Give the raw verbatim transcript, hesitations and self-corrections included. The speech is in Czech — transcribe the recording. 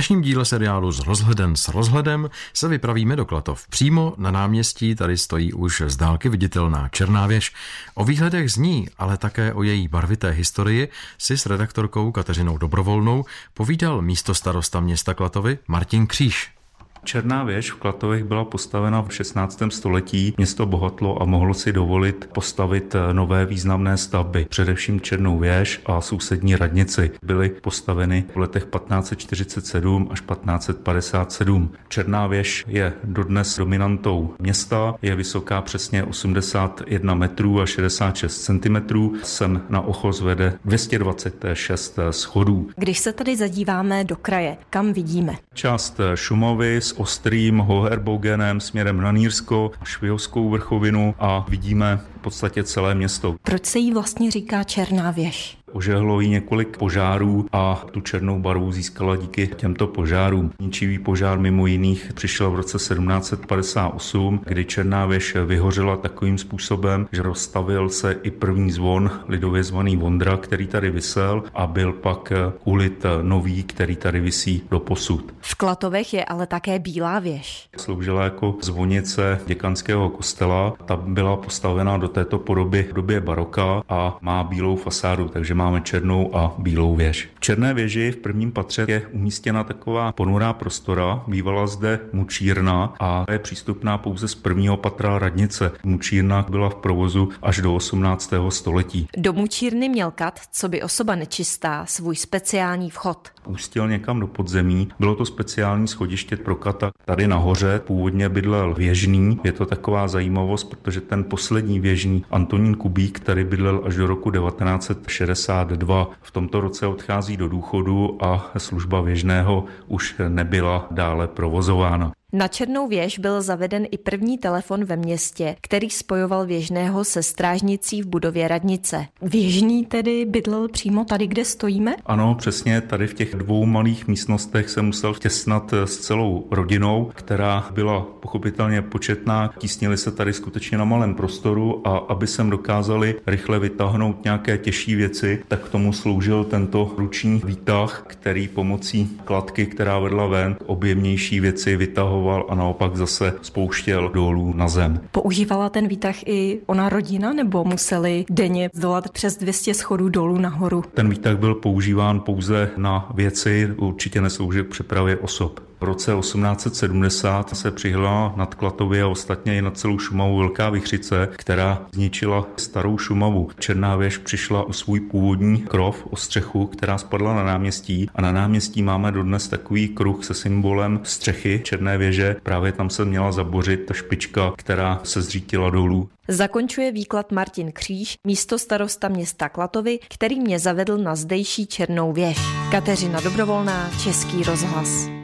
dnešním díle seriálu S rozhledem s rozhledem se vypravíme do Klatov. Přímo na náměstí tady stojí už z dálky viditelná černá věž. O výhledech z ní, ale také o její barvité historii si s redaktorkou Kateřinou Dobrovolnou povídal místostarosta města Klatovy Martin Kříž. Černá věž v Klatovech byla postavena v šestnáctém století. Město bohatlo a mohlo si dovolit postavit nové významné stavby. Především Černou věž a sousední radnici byly postaveny v letech patnáct set čtyřicet sedm až patnáct set padesát sedm. Černá věž je dodnes dominantou města, je vysoká přesně osmdesát jedna metrů a šedesát šest centimetrů. Sem na ochos vede dvě stě dvacet šest schodů. Když se tady zadíváme do kraje, kam vidíme? Část Šumavy s Ostrým, Hoherbogenem směrem na Nýrsko, Švihowskou vrchovinu a vidíme v podstatě celé město. Proč se jí vlastně říká Černá věž? Ožehlo jí několik požárů a tu černou barvu získala díky těmto požárům. Ničivý požár mimo jiných přišel v roce sedmnáct set padesát osm, kdy Černá věž vyhořela takovým způsobem, že rozstavil se i první zvon, lidově zvaný Vondra, který tady visel, a byl pak ulit nový, který tady visí doposud. V Klatovech je ale také Bílá věž. Sloužila jako zvonice děkanského kostela. Ta byla postavena do této podoby v době baroka a má bílou fasádu, takže máme černou a bílou věž. V Černé věži v prvním patře je umístěna taková ponurá prostora, bývala zde mučírna a je přístupná pouze z prvního patra radnice. Mučírna byla v provozu až do osmnáctého století. Do mučírny měl kat, co by osoba nečistá, svůj speciální vchod. Pustil někam do podzemí, bylo to speciální schodiště pro kata. Tady nahoře původně bydlel věžný, je to taková zajímavost, protože ten poslední věžný Antonín Kubík tady bydlel až do roku devatenáct set šedesát dva. V tomto roce odchází do důchodu a služba věžného už nebyla dále provozována. Na Černou věž byl zaveden i první telefon ve městě, který spojoval věžného se strážnicí v budově radnice. Věžný tedy bydlel přímo tady, kde stojíme? Ano, přesně tady v těch dvou malých místnostech se musel vtěsnat s celou rodinou, která byla pochopitelně početná. Tísnili se tady skutečně na malém prostoru a aby sem dokázali rychle vytáhnout nějaké těžší věci, tak k tomu sloužil tento ruční výtah, který pomocí kladky, která vedla ven, objemnější věci vytahoval a naopak zase spouštěl dolů na zem. Používala ten výtah i ona rodina, nebo museli denně zdolat přes dvě stě schodů dolů nahoru? Ten výtah byl používán pouze na věci, určitě nesloužil k přepravě osob. V roce osmnáct set sedmdesát se přihlala nad Klatovy a ostatně i na celou Šumavu velká vichřice, která zničila starou Šumavu. Černá věž přišla o svůj původní krov, o střechu, která spadla na náměstí, a na náměstí máme dodnes takový kruh se symbolem střechy Černé věže. Právě tam se měla zabořit ta špička, která se zřítila dolů. Zakončuje výklad Martin Kříž, místostarosta města Klatovy, který mě zavedl na zdejší Černou věž. Kateřina Dobrovolná, Český rozhlas.